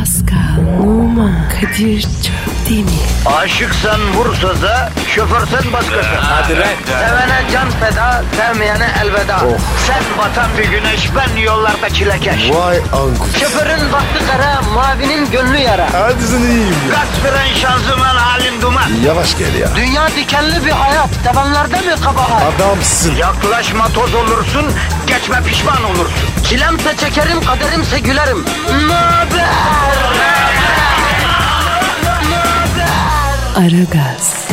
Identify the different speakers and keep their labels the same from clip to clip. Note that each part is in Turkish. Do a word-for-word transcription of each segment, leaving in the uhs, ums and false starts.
Speaker 1: Pascal, Oman, Kadir çok değil mi?
Speaker 2: Aşıksan vursa da, şoförsen başkasın.
Speaker 3: Hadi lan.
Speaker 2: Sevene can feda, sevmeyene elveda.
Speaker 3: Oh.
Speaker 2: Sen batan bir güneş, ben yollarda çilekeş.
Speaker 3: Vay anku.
Speaker 2: Şoförün baktı kara, mavinin gönlü yara.
Speaker 3: Hadi sen iyiyim ya.
Speaker 2: Kasperen şanzıman halin duman.
Speaker 3: Yavaş gel ya.
Speaker 2: Dünya dikenli bir hayat, sevenlerde mi kabahar?
Speaker 3: Adamsın.
Speaker 2: Yaklaşma toz olursun, geçme pişman olursun. Çilemse çekerim, kaderimse gülerim. Möber!
Speaker 1: Aragaz.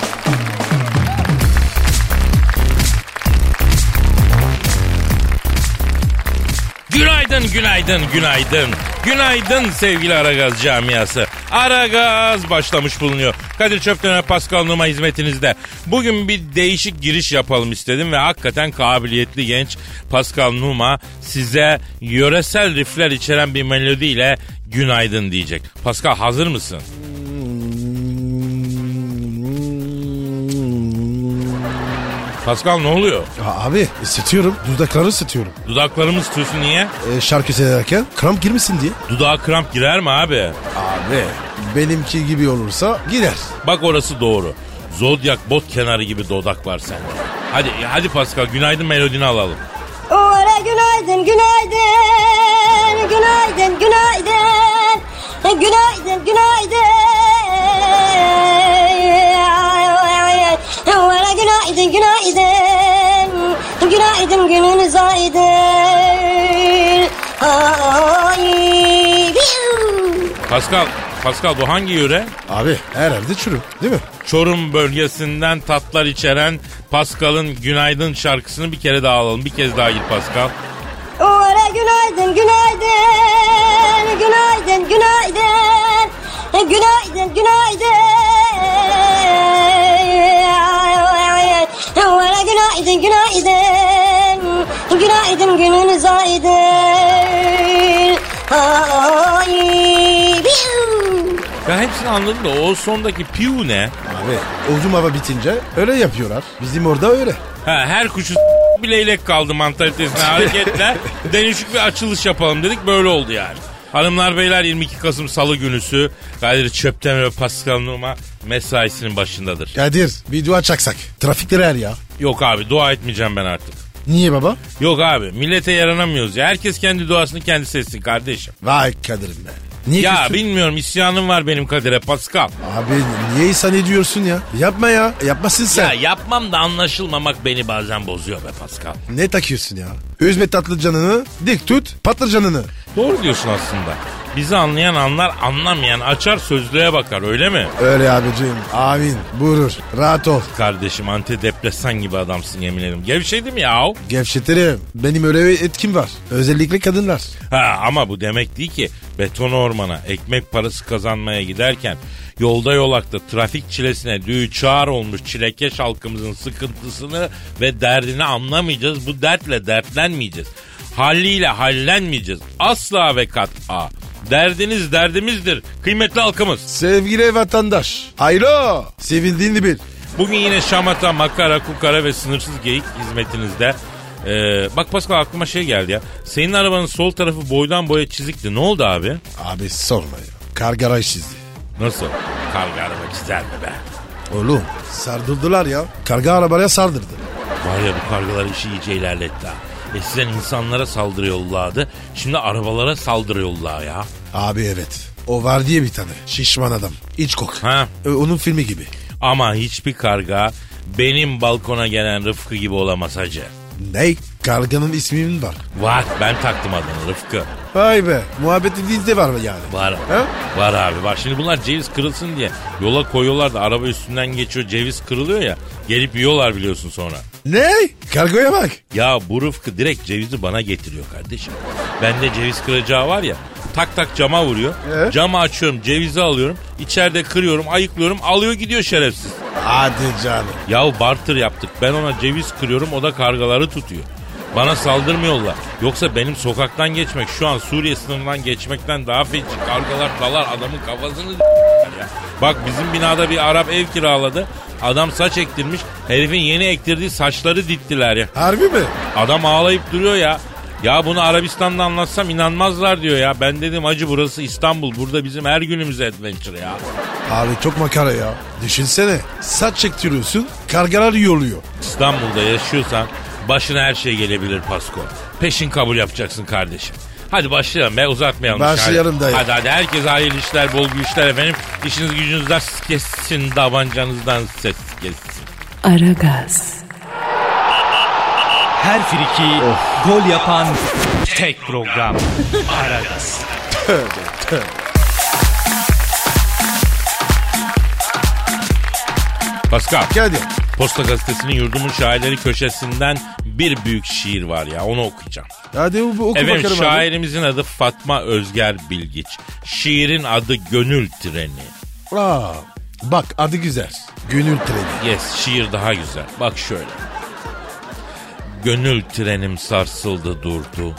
Speaker 4: Günaydın, günaydın, günaydın. Günaydın sevgili Aragaz camiası. Aragaz başlamış bulunuyor. Kadir Çöpten ve Pascal Numa hizmetinizde. Bugün bir değişik giriş yapalım istedim ve hakikaten kabiliyetli genç Pascal Numa size yöresel riffler içeren bir melodiyle günaydın diyecek. Pascal, hazır mısın? Pascal, ne oluyor?
Speaker 3: Abi ısıtıyorum. Dudakları ısıtıyorum.
Speaker 4: Dudaklarımı ısıtıyorsun, niye?
Speaker 3: E, şarkı söylerken kramp girmesin diye.
Speaker 4: Dudağa kramp girer mi abi?
Speaker 3: Abi benimki gibi olursa girer.
Speaker 4: Bak, orası doğru. Zodyak bot kenarı gibi dudak var sende. Hadi hadi Pascal, günaydın melodini alalım.
Speaker 5: Ora günaydın, günaydın, günaydın, günaydın, günaydın, günaydın. Ora günaydın, günaydın, günaydın, gününüz aydın. Ay,
Speaker 4: Pascal, Pascal bu hangi yöre?
Speaker 3: Abi herhalde çürüm değil mi?
Speaker 4: Çorum bölgesinden tatlar içeren Pascal'ın günaydın şarkısını bir kere daha alalım. Bir kez daha gir Pascal.
Speaker 5: Ora günaydın, günaydın, günaydın, günaydın, günaydın, günaydın. Ora günaydın, günaydın, günaydın, gününüz aydın. Ay,
Speaker 4: Ya hepsini anladım da o sondaki piu ne?
Speaker 3: Abi uzun hava bitince öyle yapıyorlar. Bizim orada öyle.
Speaker 4: Ha, her kuşu bir leylek kaldı mantalitesine hareketle değişik bir açılış yapalım dedik, böyle oldu yani. Hanımlar beyler, yirmi iki Kasım Salı günüsü Kadir Çöpten ve Pascal Numa mesaisinin başındadır.
Speaker 3: Kadir bir dua çaksak. Trafikler er ya.
Speaker 4: Yok abi, dua etmeyeceğim ben artık.
Speaker 3: Niye baba?
Speaker 4: Yok abi, millete yaranamıyoruz ya. Herkes kendi duasını kendisi etsin kardeşim.
Speaker 3: Vay Kadir'im be. Niye
Speaker 4: Ya
Speaker 3: küstün?
Speaker 4: bilmiyorum, isyanım var benim Kadir'e Pascal.
Speaker 3: Abi niye insan ediyorsun ya? Yapma ya. Yapmasın sen.
Speaker 4: Ya yapmam da anlaşılmamak beni bazen bozuyor be Pascal.
Speaker 3: Ne takıyorsun ya? Üzme tatlı canını, dik tut patır canını.
Speaker 4: Doğru diyorsun aslında. Bizi anlayan anlar, anlamayan açar sözlüğe bakar, öyle mi?
Speaker 3: Öyle abicim. Amin. Buyurur. Rahat ol.
Speaker 4: Kardeşim, antidepresan gibi adamsın yemin ederim. Gevşedim ya.
Speaker 3: Gevşetirim. Benim öyle bir etkim var. Özellikle kadınlar.
Speaker 4: Ha, ama bu demek değil ki beton ormana ekmek parası kazanmaya giderken yolda yolakta trafik çilesine düçar olmuş çilekeş halkımızın sıkıntısını ve derdini anlamayacağız. Bu dertle dertlenmeyeceğiz. Halliyle hallenmeyeceğiz. Asla ve kat'a. Derdiniz derdimizdir kıymetli halkımız.
Speaker 3: Sevgili vatandaş. Hayro. Sevindiğini bil.
Speaker 4: Bugün yine şamata, makara, kukara ve sınırsız geyik hizmetinizde. Ee, bak Pascal, aklıma şey geldi ya. Senin arabanın sol tarafı boydan boya çizikti. Ne oldu abi?
Speaker 3: Abi sorma ya. Kargara çizdi.
Speaker 4: Nasıl? Karga araba çizer mi be?
Speaker 3: Oğlum sardırdılar ya. Karga arabaya sardırdı.
Speaker 4: Var ya, bu kargalar işi iyice ilerletti ha. Eskiden insanlara saldırı yolladı. Şimdi arabalara saldırı yolla ya.
Speaker 3: Abi evet. O var diye bir tane. Şişman adam. Hitchcock.
Speaker 4: Ha.
Speaker 3: Ee, onun filmi gibi.
Speaker 4: Ama hiçbir karga benim balkona gelen Rıfkı gibi olamaz hacı.
Speaker 3: Ne? Karganın ismi var.
Speaker 4: Var, ben taktım adını Rıfkı.
Speaker 3: Vay be. Muhabbeti bizde var mı yani?
Speaker 4: Var.
Speaker 3: Ha?
Speaker 4: Var abi. Bak şimdi bunlar ceviz kırılsın diye yola koyuyorlar da araba üstünden geçiyor, ceviz kırılıyor ya. Gelip yiyorlar biliyorsun sonra.
Speaker 3: Ne? Kargoya bak.
Speaker 4: Ya bu Rıfkı direkt cevizi bana getiriyor kardeşim. Bende ceviz kıracağı var ya. Tak tak cama vuruyor.
Speaker 3: Evet.
Speaker 4: Camı açıyorum, cevizi alıyorum. İçeride kırıyorum, ayıklıyorum, alıyor gidiyor şerefsiz.
Speaker 3: Hadi canım.
Speaker 4: Yahu barter yaptık. Ben ona ceviz kırıyorum, o da kargaları tutuyor. Bana saldırmıyorlar. Yoksa benim sokaktan geçmek şu an Suriye sınırından geçmekten daha feci. Kargalar dalar adamın kafasını ya. Bak bizim binada bir Arap ev kiraladı. Adam saç ektirmiş. Herifin yeni ektirdiği saçları dittiler ya.
Speaker 3: Harbi mi?
Speaker 4: Adam ağlayıp duruyor ya. Ya bunu Arabistan'da anlatsam inanmazlar diyor ya. Ben dedim acı burası İstanbul. Burada bizim her günümüz adventure ya.
Speaker 3: Abi çok makara ya. Düşünsene saç çektiriyorsun kargalar yoluyor.
Speaker 4: İstanbul'da yaşıyorsan başına her şey gelebilir Pasko. Peşin kabul yapacaksın kardeşim. Hadi başlayalım be, uzatmayalım.
Speaker 3: Başlayalım dayı.
Speaker 4: Hadi hadi herkese hayırlı işler, bol güçler efendim. İşiniz gücünüzden ses kessin, tabancanızdan ses kessin.
Speaker 1: Aragaz.
Speaker 6: Her friki gol yapan tek program. Aragaz.
Speaker 4: Pascal,
Speaker 3: Hadi.
Speaker 4: Posta Gazetesi'nin Yurdumun Şairleri köşesinden bir büyük şiir var ya, onu okuyacağım.
Speaker 3: Hadi oku
Speaker 4: Efendim,
Speaker 3: bakalım abi.
Speaker 4: şairimizin adı Fatma Özger Bilgiç. Şiirin adı Gönül Treni.
Speaker 3: Aa, bak adı güzel. Gönül treni.
Speaker 4: Yes, şiir daha güzel. Bak şöyle. Gönül trenim sarsıldı durdu.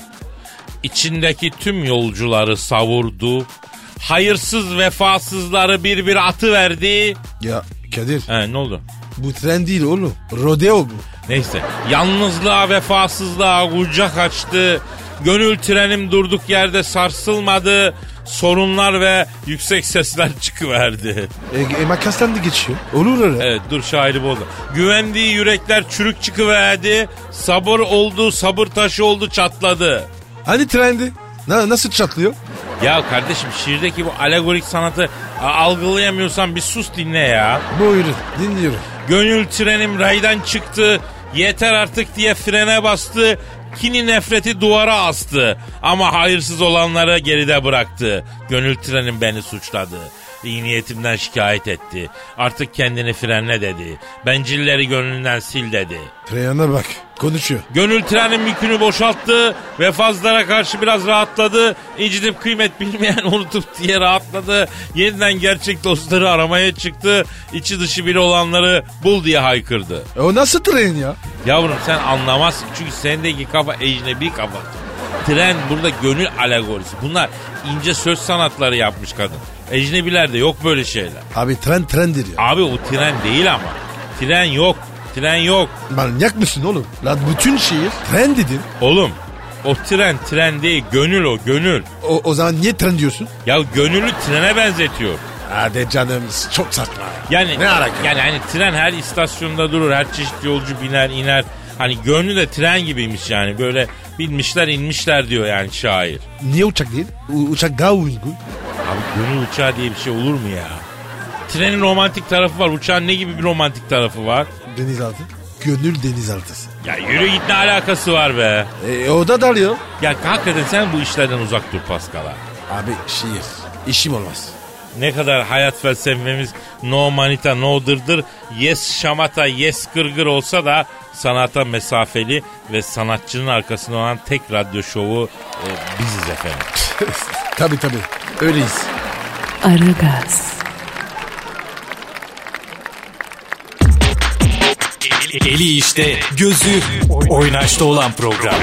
Speaker 4: İçindeki tüm yolcuları savurdu. Hayırsız vefasızları bir bir atıverdi.
Speaker 3: Ya Kadir
Speaker 4: He, ne oldu?
Speaker 3: bu tren değil oğlum. Rodeo bu.
Speaker 4: Neyse. Yalnızlığa, vefasızlığa kucak açtı. Gönül trenim durduk yerde sarsılmadı. Sorunlar ve yüksek sesler çıkıverdi.
Speaker 3: E, e, makastan da geçiyor. Olur öyle.
Speaker 4: Evet, dur şairi bozdu. Güvendiği yürekler çürük çıkıverdi. Sabır oldu, sabır taşı oldu, çatladı.
Speaker 3: Hani trendi? Na, nasıl çatlıyor?
Speaker 4: Ya kardeşim, şiirdeki bu alegorik sanatı a, algılayamıyorsan bir sus dinle ya.
Speaker 3: Buyurun dinliyorum.
Speaker 4: Gönül trenim raydan çıktı. Yeter artık diye frene bastı. Kini nefreti duvara astı. Ama hayırsız olanları geride bıraktı. Gönül trenim beni suçladı. İyi niyetimden şikayet etti. Artık kendini frenle dedi. Bencilleri gönlünden sil dedi.
Speaker 3: Treyana bak konuşuyor.
Speaker 4: Gönül trenin yükünü boşalttı. Vefasızlara karşı biraz rahatladı. İncitip kıymet bilmeyen unutup diye rahatladı. Yeniden gerçek dostları aramaya çıktı. İçi dışı biri olanları bul diye haykırdı.
Speaker 3: E, o nasıl tren ya?
Speaker 4: Yavrum sen anlamazsın çünkü sendeki kafa ecnebi kafa. Tren burada gönül alegorisi. Bunlar ince söz sanatları yapmış kadın. Ecnebilerde yok böyle şeyler.
Speaker 3: Abi tren trendir ya.
Speaker 4: Abi o tren değil ama. Tren yok. Tren yok.
Speaker 3: Manyak mısın oğlum? Lan bütün şehir tren dedin.
Speaker 4: Oğlum o tren tren değil, gönül o gönül.
Speaker 3: O, o zaman niye tren diyorsun?
Speaker 4: Ya gönülü trene benzetiyor.
Speaker 3: Hadi canım çok saçma.
Speaker 4: Yani
Speaker 3: Ne alaka?
Speaker 4: yani hani tren her istasyonda durur, her çeşit yolcu biner iner. Hani gönlü de tren gibiymiş yani, böyle binmişler inmişler diyor yani şair.
Speaker 3: Niye uçak değil? U- uçak daha uygun.
Speaker 4: Abi gönül uçağı diye bir şey olur mu ya? Trenin romantik tarafı var, uçağın ne gibi bir romantik tarafı var?
Speaker 3: Denizaltı. Gönül denizaltısı.
Speaker 4: Ya yürü git, ne alakası var be?
Speaker 3: E, o da darıyor.
Speaker 4: Ya hakikaten sen bu işlerden uzak dur Paskal'a.
Speaker 3: Abi şiir. İşim olmaz.
Speaker 4: Ne kadar hayat felsefemiz no manita no dırdır, yes şamata yes gırgır olsa da sanata mesafeli ve sanatçının arkasında olan tek radyo şovu e, biziz efendim.
Speaker 3: Tabii tabii. Öyleyiz.
Speaker 1: Aragaz.
Speaker 6: Eli işte, gözü oynaşta olan program.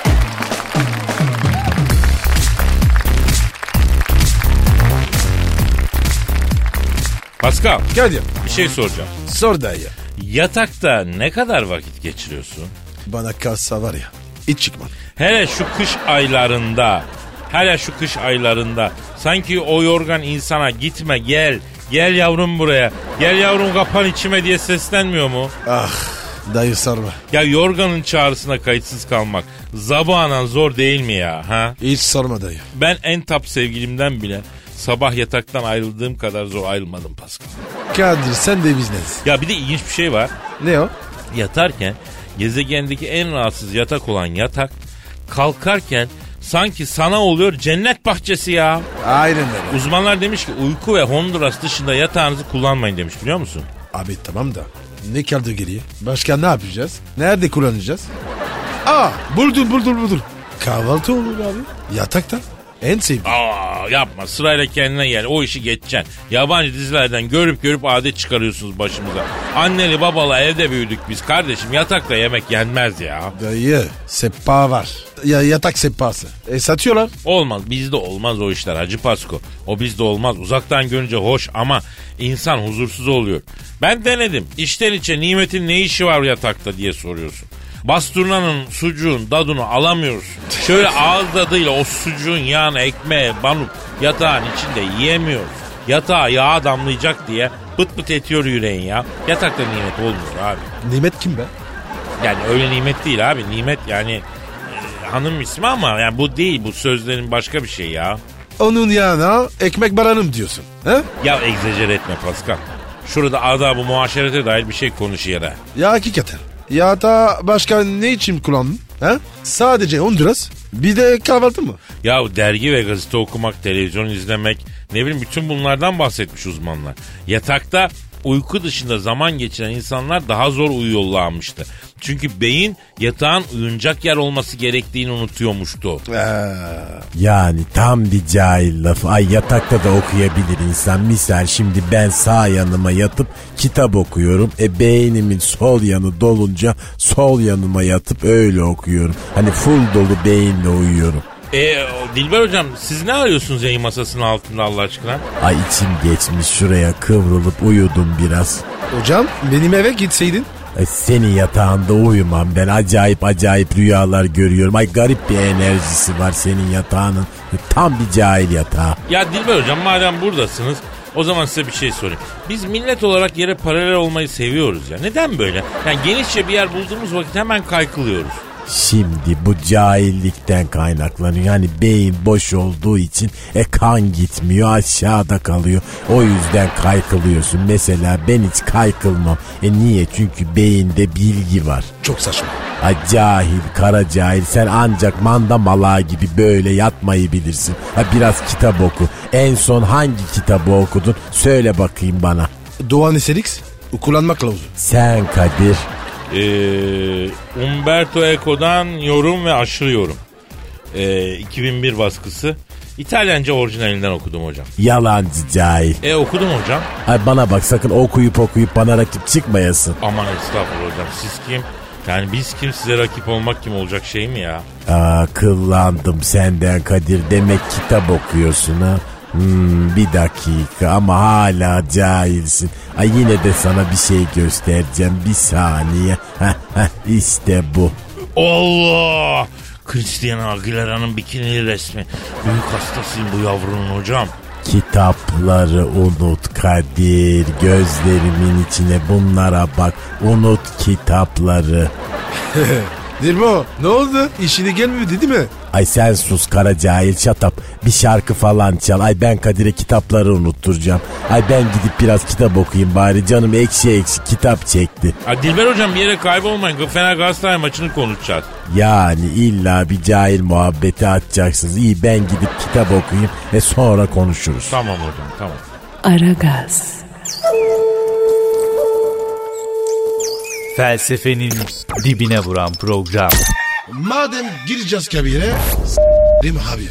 Speaker 4: Pascal,
Speaker 3: Kadir.
Speaker 4: bir şey soracağım.
Speaker 3: Sor dayı.
Speaker 4: Yatakta ne kadar vakit geçiriyorsun?
Speaker 3: Bana kalsa var ya. Hiç çıkmam.
Speaker 4: Hele şu kış aylarında, hele şu kış aylarında sanki o yorgan insana gitme gel, gel yavrum buraya, gel yavrum kapan içime diye seslenmiyor mu?
Speaker 3: Ah dayı sarma.
Speaker 4: Ya yorganın çağrısına kayıtsız kalmak zabanan zor değil mi ya? Ha?
Speaker 3: Hiç sorma dayı.
Speaker 4: Ben en tap sevgilimden bile sabah yataktan ayrıldığım kadar zor ayrılmadım Pascal.
Speaker 3: Kadir sen de biznesiz.
Speaker 4: Ya bir de ilginç bir şey var.
Speaker 3: Ne o?
Speaker 4: Yatarken gezegendeki en rahatsız yatak olan yatak, kalkarken sanki sana oluyor cennet bahçesi ya.
Speaker 3: Aynen öyle.
Speaker 4: Uzmanlar demiş ki uyku ve Honduras dışında yatağınızı kullanmayın demiş, biliyor musun?
Speaker 3: Abi tamam da ne kaldı geriye? Başka ne yapacağız? Nerede kullanacağız? Aa buldum buldum buldum. Kahvaltı olur abi. Yatakta. En sevdiğim.
Speaker 4: Aa yapma, sırayla kendine gel, o işi geçeceksin. Yabancı dizilerden görüp görüp adet çıkarıyorsunuz başımıza. Anneli babalı evde büyüdük biz kardeşim, yatakta yemek yenmez ya.
Speaker 3: Dayı sehpa var. Ya yatak sehpası. E satıyorlar.
Speaker 4: Olmaz, bizde olmaz o işler Hacı Pasko. O bizde olmaz, uzaktan görünce hoş ama insan huzursuz oluyor. Ben denedim, içten içe nimetin ne işi var yatakta diye soruyorsun. Basturnanın sucuğun tadını alamıyoruz. Şöyle ağız tadıyla o sucuğun yağını ekmeğe banıp yatağın içinde yiyemiyoruz. Yatağa yağ damlayacak diye bıt bıt etiyor yüreğin ya. Yatakta nimet olmuyor abi.
Speaker 3: Nimet kim be?
Speaker 4: Yani öyle nimet değil abi. Nimet yani e, hanım ismi ama yani bu değil. Bu sözlerin başka bir şey ya.
Speaker 3: Onun yanına ekmek baranım diyorsun. He?
Speaker 4: Ya egzecere etme Pascal. Şurada adab-ı muaşerete dair bir şey konuşuyor ha.
Speaker 3: Ya hakikaten. Ya da başka ne için kullandın? He? Sadece Honduras. Bir de kahvaltı mı?
Speaker 4: Ya dergi ve gazete okumak, televizyon izlemek, ne bileyim bütün bunlardan bahsetmiş uzmanlar. Yatakta uyku dışında zaman geçiren insanlar daha zor uyuyorlarmıştı. Çünkü beyin yatağın uyunacak yer olması gerektiğini unutuyormuştu.
Speaker 3: Ee,
Speaker 7: Yani tam bir cahil laf. Ay yatakta da okuyabilir insan. Misal şimdi ben sağ yanıma yatıp kitap okuyorum. E beynimin sol yanı dolunca sol yanıma yatıp öyle okuyorum. Hani full dolu beyinle uyuyorum.
Speaker 4: E Dilber hocam siz ne arıyorsunuz yayın masasının altında Allah aşkına?
Speaker 7: Ay içim geçmiş şuraya kıvrılıp uyudum biraz.
Speaker 3: hocam benim eve gitseydin.
Speaker 7: E senin yatağında uyumam ben, acayip acayip rüyalar görüyorum. Ay garip bir enerjisi var senin yatağının. E, tam bir cahil yatağı.
Speaker 4: Ya Dilber hocam madem buradasınız o zaman size bir şey sorayım. Biz millet olarak yere paralel olmayı seviyoruz ya. Neden böyle? Yani genişçe bir yer bulduğumuz vakit hemen kaykılıyoruz.
Speaker 7: Şimdi bu cahillikten kaynaklanıyor. Yani beyin boş olduğu için e kan gitmiyor, aşağıda kalıyor. O yüzden kaykılıyorsun. Mesela ben hiç kaykılmam. E niye? Çünkü beyinde bilgi var.
Speaker 3: Çok saçma.
Speaker 7: Ay cahil, kara cahil. Sen ancak manda malağı gibi böyle yatmayı bilirsin. Ha biraz kitap oku. En son hangi kitabı okudun? Söyle bakayım bana.
Speaker 3: Doğan Eserix kullanmak lazım.
Speaker 7: Sen Kadir.
Speaker 4: Ee, Umberto Eco'dan yorum ve aşırı yorum. Ee, iki bin bir baskısı. İtalyanca orijinalinden okudum hocam.
Speaker 7: Yalancı cahil.
Speaker 4: E okudum hocam.
Speaker 7: Ay bana bak sakın okuyup okuyup bana rakip çıkmayasın.
Speaker 4: Aman estağfurullah hocam. Siz kim? Yani biz kim, size rakip olmak kim olacak şey mi ya?
Speaker 7: Aa, kıllandım senden Kadir. Demek kitap okuyorsun ha. Hmm, bir dakika ama hala cahilsin. Ay yine de sana bir şey göstereceğim. Bir saniye. Heh, heh, işte bu.
Speaker 4: Allah! Christina Aguilera'nın bikinili resmi. Büyük hastasıyım bu yavrunun hocam.
Speaker 7: Kitapları unut Kadir. Gözlerimin içine bunlara bak. Unut kitapları.
Speaker 3: Dilbo ne oldu? İşine gelmiyor dedi mi?
Speaker 7: Ay sen sus kara cahil şatap. Bir şarkı falan çal. Ay ben Kadir'e kitapları unutturacağım. Ay ben gidip biraz kitap okuyayım bari. Canım ekşi ekşi kitap çekti.
Speaker 4: Ha, Dilber hocam bir yere kaybolmayın. Fener Galatasaray maçını konuşacağız.
Speaker 7: Yani illa bir cahil muhabbeti açacaksınız. İyi ben gidip kitap okuyayım ve sonra konuşuruz.
Speaker 4: Tamam hocam tamam.
Speaker 1: Aragaz.
Speaker 6: Felsefenin dibine vuran program.
Speaker 3: Madem gireceğiz kabire s***rim abi.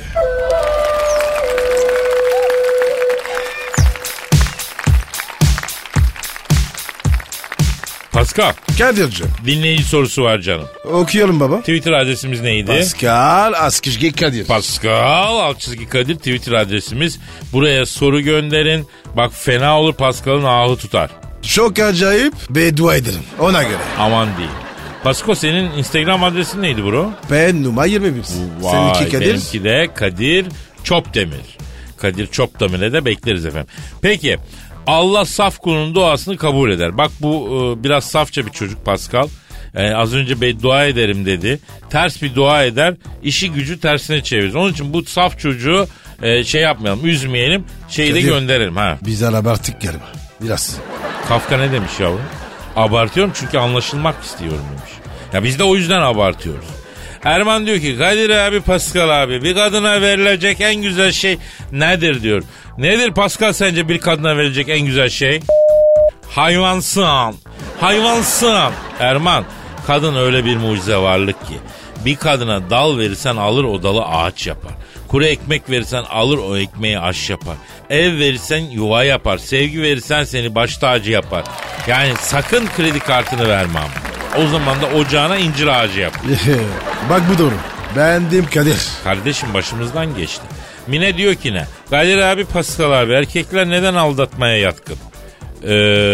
Speaker 4: Pascal.
Speaker 3: Kadir'cim.
Speaker 4: Dinleyici sorusu var canım.
Speaker 3: Okuyalım baba.
Speaker 4: Twitter adresimiz neydi?
Speaker 3: Pascal Askışge Kadir.
Speaker 4: Pascal alt çizgi Kadir Twitter adresimiz. Buraya soru gönderin. Bak fena olur Pascal'ın ahı tutar.
Speaker 3: Çok acayip beddua ederim ona göre.
Speaker 4: Aman değil. Pascal senin Instagram adresin neydi bro?
Speaker 3: Ben numara yirmi bir.
Speaker 4: Vay,
Speaker 3: Seninki Kadir.
Speaker 4: benimki de Kadir Çopdemir. Kadir Çopdemir'e de bekleriz efendim. Peki Allah saf kulunun duasını kabul eder. Bak bu e, biraz safça bir çocuk Pascal. E, az önce beddua ederim dedi. Ters bir dua eder. İşi gücü tersine çevirir. Onun için bu saf çocuğu e, şey yapmayalım, üzmeyelim. Şeyi de
Speaker 3: Kadir,
Speaker 4: gönderelim. Ha.
Speaker 3: Biz abarttık galiba. Biraz.
Speaker 4: Kafka ne demiş yavrum? Abartıyorum çünkü anlaşılmak istiyorum demiş. Ya biz de o yüzden abartıyoruz. Erman diyor ki Kadir abi Pascal abi bir kadına verilecek en güzel şey nedir diyor. Nedir Pascal sence bir kadına verilecek en güzel şey? Hayvansın. Hayvansın. Erman kadın öyle bir mucize varlık ki bir kadına dal verirsen alır o dalı ağaç yapar. Kuru ekmek verirsen alır o ekmeği aş yapar. Ev verirsen yuva yapar. Sevgi verirsen seni baş tacı yapar. Yani sakın kredi kartını vermem. O zaman da ocağına incir ağacı yap.
Speaker 3: Bak bu doğru. Beğendim Kadir.
Speaker 4: Kardeşim başımızdan geçti. Mine diyor ki ne? Kadir abi Pascal abi erkekler neden aldatmaya yatkın? Ee,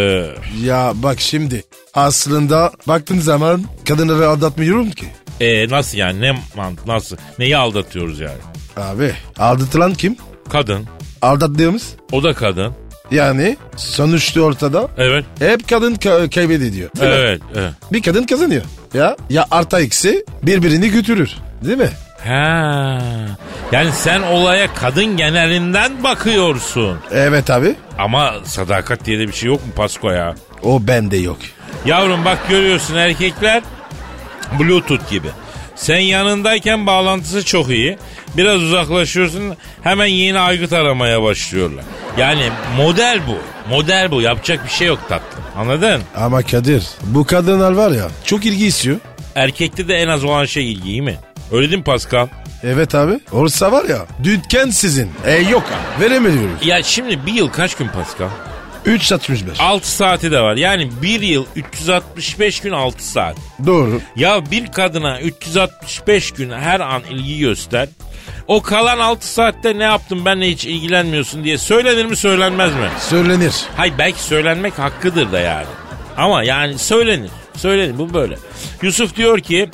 Speaker 3: Ya bak şimdi aslında baktığın zaman kadınları aldatmıyorum ki.
Speaker 4: e, nasıl yani? Ne mant- nasıl? Neyi aldatıyoruz yani?
Speaker 3: Abi aldatılan kim?
Speaker 4: Kadın.
Speaker 3: Aldattığımız.
Speaker 4: O da kadın.
Speaker 3: Yani sonuçta ortada
Speaker 4: Evet.
Speaker 3: hep kadın ka- kaybediyor. Değil mi?
Speaker 4: Evet. Evet.
Speaker 3: Bir kadın kazanıyor. Ya ya artı eksi birbirini götürür. Değil mi?
Speaker 4: Ha. Yani sen olaya kadın genelinden bakıyorsun.
Speaker 3: Evet abi.
Speaker 4: Ama sadakat diye de bir şey yok mu Pasko ya?
Speaker 3: O bende yok.
Speaker 4: Yavrum bak görüyorsun erkekler Bluetooth gibi. Sen yanındayken bağlantısı çok iyi. Biraz uzaklaşıyorsun hemen yeni aygıt aramaya başlıyorlar. Yani model bu. Model bu. Yapacak bir şey yok tatlım. Anladın?
Speaker 3: Ama Kadir bu kadınlar var ya çok ilgi istiyor.
Speaker 4: Erkekte de en az olan şey ilgi, iyi mi? Öyle değil mi Pascal?
Speaker 3: Evet abi. Olsa var ya dükkan sizin. E yok abi. Veremiyoruz.
Speaker 4: Ya şimdi bir yıl kaç gün Pascal?
Speaker 3: üç altmış beş.
Speaker 4: altı saati de var. Yani bir yıl üç yüz altmış beş gün altı saat.
Speaker 3: Doğru.
Speaker 4: Ya bir kadına üç yüz altmış beş gün her an ilgi göster. O kalan altı saatte ne yaptın benimle hiç ilgilenmiyorsun diye söylenir mi söylenmez mi?
Speaker 3: Söylenir.
Speaker 4: Hayır belki söylenmek hakkıdır da yani. Ama yani söylenir. Söylenir bu böyle. Yusuf diyor ki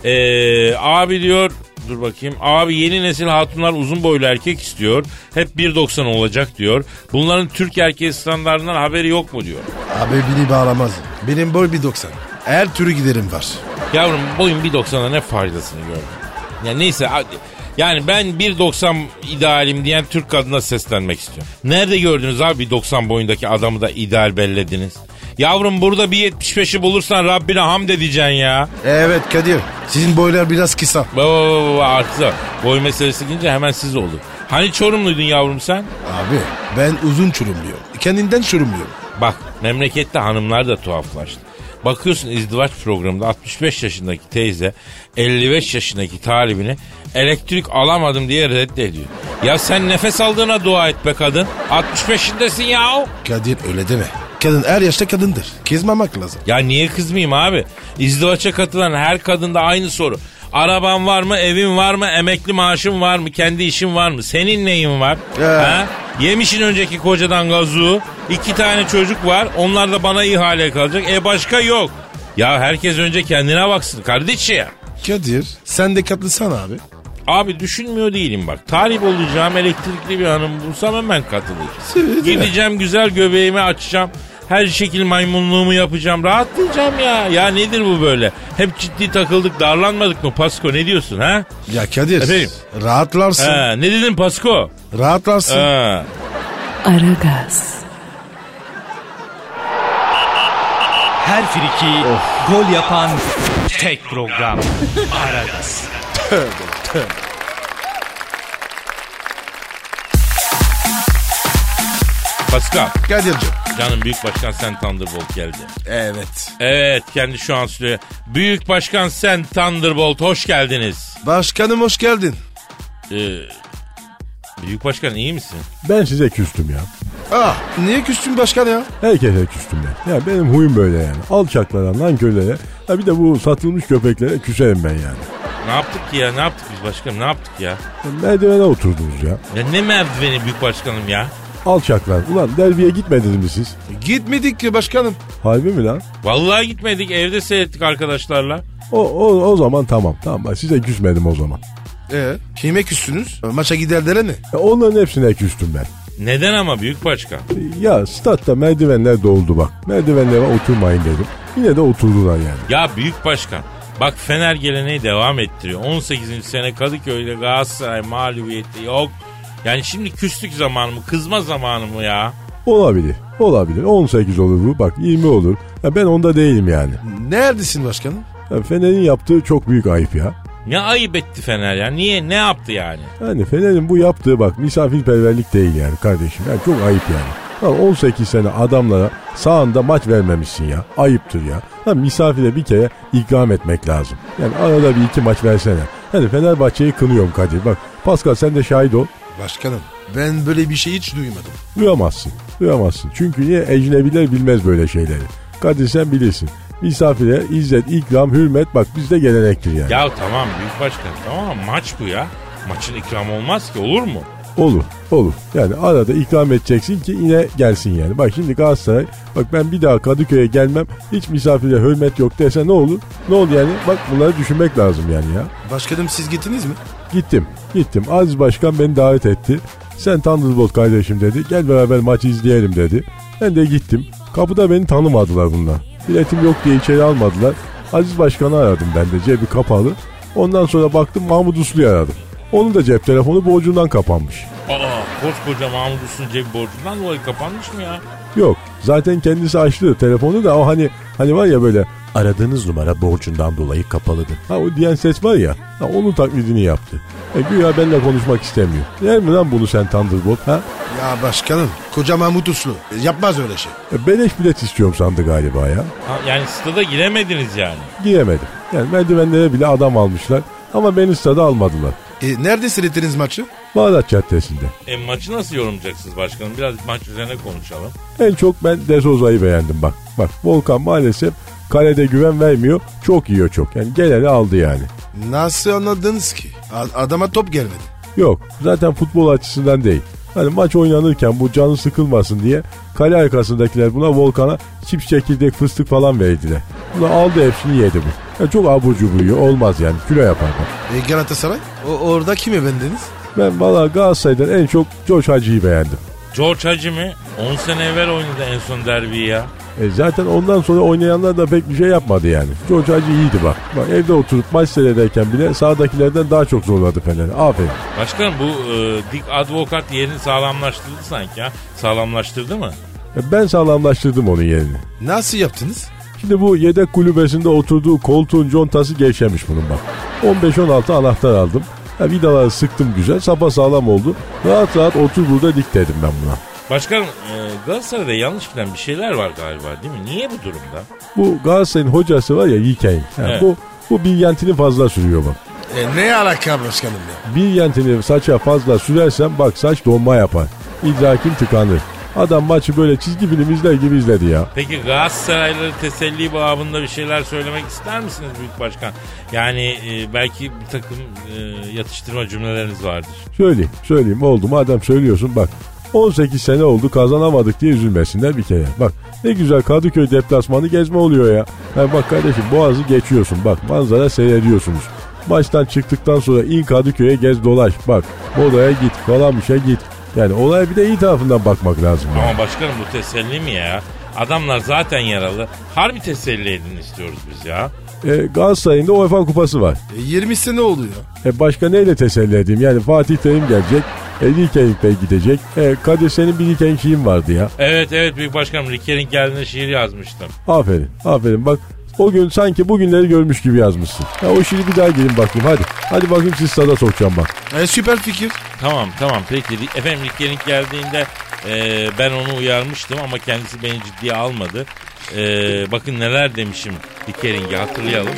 Speaker 4: ee, abi diyor dur bakayım. Abi yeni nesil hatunlar uzun boylu erkek istiyor. Hep bir doksan olacak diyor. Bunların Türk erkeği standartından haberi yok mu diyor.
Speaker 3: Abi beni bağlamaz. Benim boy bir doksan. Her türlü giderim var.
Speaker 4: Yavrum boyun bir doksana ne faydasını gördün? Ya neyse yani ben bir doksan idealim diyen Türk kadına seslenmek istiyorum. Nerede gördünüz abi bir doksan boyundaki adamı da ideal bellediniz? Yavrum burada bir yetmiş beşi bulursan Rabbine hamd edeceksin ya.
Speaker 3: Evet Kadir. Sizin boylar biraz kısa.
Speaker 4: Baba baba baba artık boy meselesi gelince hemen siz oldu. Hani Çorumluydun yavrum sen?
Speaker 3: Abi ben uzun çorumluyum. Kendinden çorumluyum.
Speaker 4: Bak memlekette hanımlar da tuhaflaştı. Bakıyorsun izdivaç programında altmış beş yaşındaki teyze elli beş yaşındaki talibini elektrik alamadım diye reddediyor. Ya sen nefes aldığına dua et be kadın. altmış beşindesin ya.
Speaker 3: Kadir öyle deme. Kadın her yaşta kadındır. Kızmamak lazım.
Speaker 4: Ya niye kızmayayım abi? İzdivaça katılan her kadında aynı soru. Araban var mı, evin var mı, emekli maaşın var mı, kendi işin var mı, senin neyin var?
Speaker 3: Ee.
Speaker 4: Ha? Yemişin önceki kocadan gazu, iki tane çocuk var, onlar da bana ihale kalacak, e başka yok. Ya herkes önce kendine baksın kardeşim.
Speaker 3: Kadir sen de katılsan abi.
Speaker 4: Abi düşünmüyor değilim bak. Talip olacağım elektrikli bir hanım bulsam hemen katılacağım.
Speaker 3: Evet,
Speaker 4: Gideceğim güzel göbeğimi açacağım. Her şekil maymunluğumu yapacağım. Rahatlayacağım ya. Ya nedir bu böyle? Hep ciddi takıldık darlanmadık mı Pasko ne diyorsun ha?
Speaker 3: Ya Kadir
Speaker 4: Efendim?
Speaker 3: rahatlarsın.
Speaker 4: Ha, ne dedin Pasko?
Speaker 3: Rahatlarsın.
Speaker 4: Ha.
Speaker 1: Aragaz,
Speaker 6: Her friki gol yapan tek program. Aragaz.
Speaker 4: Pascal.
Speaker 3: Kadir'cim.
Speaker 4: Canım Büyük Başkan Sen Thunderbolt geldi.
Speaker 3: Evet.
Speaker 4: Evet kendi şu an söylüyor. Büyük Başkan Sen Thunderbolt hoş geldiniz.
Speaker 3: Başkanım hoş geldin.
Speaker 4: Ee, Büyük Başkan iyi misin?
Speaker 7: Ben size küstüm ya.
Speaker 3: Ah niye küstün başkan ya?
Speaker 7: Herkese küstüm ben. Ya benim huyum böyle yani. Alçaklara, nankörlere. Ya bir de bu satılmış köpeklere küserim ben yani.
Speaker 4: Ne yaptık ki ya? Ne yaptık biz başkanım? Ne yaptık ya?
Speaker 7: Ya merdivene oturdunuz ya.
Speaker 4: Ya ne merdiveni Büyük Başkanım ya?
Speaker 7: Alçaklar. Ulan derbiye gitmediniz mi siz?
Speaker 3: Gitmedik ki başkanım.
Speaker 7: Harbi mi lan?
Speaker 4: Vallahi gitmedik. Evde seyrettik arkadaşlarla.
Speaker 7: O, o, o zaman tamam. Tamam ben size küsmedim o zaman.
Speaker 3: Ee, kime küstünüz? Maça giderlere ne?
Speaker 7: Ya onların hepsine küstüm ben.
Speaker 4: Neden ama Büyük Başkan?
Speaker 7: Ya statta merdivenler doldu bak. Merdivenlere oturmayın dedim. Yine de oturdular yani.
Speaker 4: Ya Büyük Başkan bak Fener geleneği devam ettiriyor. on sekizinci sene Kadıköy'de Galatasaray mağlubiyeti yok. Yani şimdi küslük zamanı mı kızma zamanı mı ya?
Speaker 7: Olabilir. Olabilir. on sekiz olur bu. Bak yirmi olur. Ya ben onda değilim yani.
Speaker 3: Neredesin başkanım?
Speaker 7: Ya Fener'in yaptığı çok büyük ayıp ya.
Speaker 4: Ne ayıp etti Fener ya? Niye? Ne yaptı yani?
Speaker 7: Yani Fener'in bu yaptığı bak misafirperverlik değil yani kardeşim. Yani çok ayıp yani. Ya on sekiz sene adamlara sahanda maç vermemişsin ya. Ayıptır ya. Ya misafire bir kere ikram etmek lazım. Yani arada bir iki maç versene. Yani Fenerbahçe'yi kınıyorum Kadir. Bak Pascal sen de şahit ol.
Speaker 3: Başkanım ben böyle bir şey hiç duymadım.
Speaker 7: Duyamazsın. Duyamazsın. Çünkü niye ecnebiler bilmez böyle şeyleri. Kadir sen bilirsin. Misafire izzet, ikram, hürmet bak bizde gelenektir yani.
Speaker 4: Ya tamam Büyük Başkan tamam maç bu ya. Maçın ikramı olmaz ki olur mu?
Speaker 7: Olur, olur. Yani arada ikram edeceksin ki yine gelsin yani. Bak şimdi Galatasaray, bak ben bir daha Kadıköy'e gelmem, hiç misafire hürmet yok dese ne olur? Ne olur yani? Bak bunları düşünmek lazım yani ya.
Speaker 3: Başkanım siz gittiniz mi?
Speaker 7: Gittim, gittim. Aziz Başkan beni davet etti. Sen Thunderbolt kardeşim dedi. Gel beraber maçı izleyelim dedi. Ben de gittim. Kapıda beni tanımadılar bunlar. Biletim yok diye içeri almadılar. Aziz Başkan'ı aradım ben de, cebi kapalı. Ondan sonra baktım Mahmut Uslu'yu aradım. Onun da cep telefonu borcundan kapanmış.
Speaker 4: Aa, koskoca Mahmut Uslu'nun cebi borcundan dolayı kapanmış mı ya?
Speaker 7: Yok, zaten kendisi açtı telefonu da, o hani hani var ya böyle, aradığınız numara borcundan dolayı kapalıdır. Ha o diyen ses var ya, ha, onun taklidini yaptı. E güya benimle konuşmak istemiyor. Yer mi lan bunu sen Thunderbolt ha?
Speaker 3: Ya başkanım koca Mahmut Uslu yapmaz öyle şey.
Speaker 7: E, beleş bilet istiyorum sandı galiba ya.
Speaker 4: Ha, yani stada giremediniz yani.
Speaker 7: Giremedim. Yani merdivenlere bile adam almışlar ama beni stada almadılar.
Speaker 3: E, nerede seyrettiniz maçı?
Speaker 7: Bağdat Caddesi'nde.
Speaker 4: E maçı nasıl yorumlayacaksınız başkanım? Biraz maç üzerine konuşalım.
Speaker 7: En çok ben De Souza'yı beğendim bak. Bak Volkan maalesef kalede güven vermiyor. Çok yiyor çok. Yani geleni aldı yani.
Speaker 3: Nasıl anladınız ki? A- adama top gelmedi.
Speaker 7: Yok, zaten futbol açısından değil. Hani maç oynanırken bu canı sıkılmasın diye kale arkasındakiler buna, Volkan'a çips, çekirdek, fıstık falan verdiler. Buna aldı, hepsini yedi bu. Yani çok abur cubur yiyor, olmaz yani, kilo yapar bak.
Speaker 3: E, Galatasaray? O, orada kimi beğendiniz?
Speaker 7: Ben valla Galatasaray'dan en çok George Hacı'yı beğendim.
Speaker 4: George Hacı mı? on sene evvel oynadı en son derbiyi ya.
Speaker 7: E zaten ondan sonra oynayanlar da pek bir şey yapmadı yani. George Hacı iyiydi bak. Bak evde oturup maç seyrederken bile sağdakilerden daha çok zorladı Fener'i. Aferin.
Speaker 4: Başkanım bu e, Dick Advokat yerini sağlamlaştırdı sanki ya. Sağlamlaştırdı mı?
Speaker 7: E ben sağlamlaştırdım onun yerini.
Speaker 3: Nasıl yaptınız?
Speaker 7: Şimdi bu yedek kulübesinde oturduğu koltuğun contası gevşemiş bunun bak. on beş on altı anahtar aldım. Ya vidaları sıktım güzel, sapasağlam oldu. Rahat rahat otur burada dik dedim ben buna.
Speaker 4: Başkanım e, Galatasaray'da yanlış giden bir şeyler var galiba değil mi? Niye bu durumda?
Speaker 7: Bu Galatasaray'ın hocası var ya, Yikeng. Yani
Speaker 4: Evet.
Speaker 7: Bu bu bilyantini fazla sürüyor bak.
Speaker 3: E, ne alaka başkanım ya?
Speaker 7: Bilyantini saça fazla sürersen bak saç donma yapar. İdrakin tıkanır. Adam maçı böyle çizgi film izler gibi izledi ya.
Speaker 4: Peki Galatasaraylıları teselli babında bir şeyler söylemek ister misiniz Büyük Başkan? Yani e, belki bir takım e, yatıştırma cümleleriniz vardır.
Speaker 7: Söyleyeyim, söyleyeyim oldu madem söylüyorsun bak. on sekiz sene oldu kazanamadık diye üzülmesinler bir kere. Bak ne güzel Kadıköy deplasmanı gezme oluyor ya. Yani bak kardeşim Boğaz'ı geçiyorsun, bak manzara seyrediyorsunuz. Maçtan çıktıktan sonra in Kadıköy'e gez dolaş, bak Moda'ya git falan bir şey git. Yani olaya bir de iyi tarafından bakmak lazım. Yani.
Speaker 4: Ama başkanım bu teselli mi ya? Adamlar zaten yaralı. Harbi teselli edin istiyoruz biz ya.
Speaker 7: E, Galatasaray'ın da UEFA kupası var.
Speaker 3: E, yirmi sene oldu ya.
Speaker 7: E, başka neyle teselli edeyim? Yani Fatih Terim gelecek. E, Rikering Bey gidecek. E, Kadir senin bir Rikering şeyin vardı ya.
Speaker 4: Evet evet Büyük Başkanım, Rikering geldiğinde şiir yazmıştım.
Speaker 7: Aferin aferin bak. O gün sanki bugünleri görmüş gibi yazmışsın. Ya o şiiri bir daha gelin bakayım hadi. Hadi bakayım siz stada sokacağım bak.
Speaker 3: E, süper fikir.
Speaker 4: Tamam tamam peki. Efendim Rikering geldiğinde e, ben onu uyarmıştım ama kendisi beni ciddiye almadı. E, bakın neler demişim Rikering'e, hatırlayalım.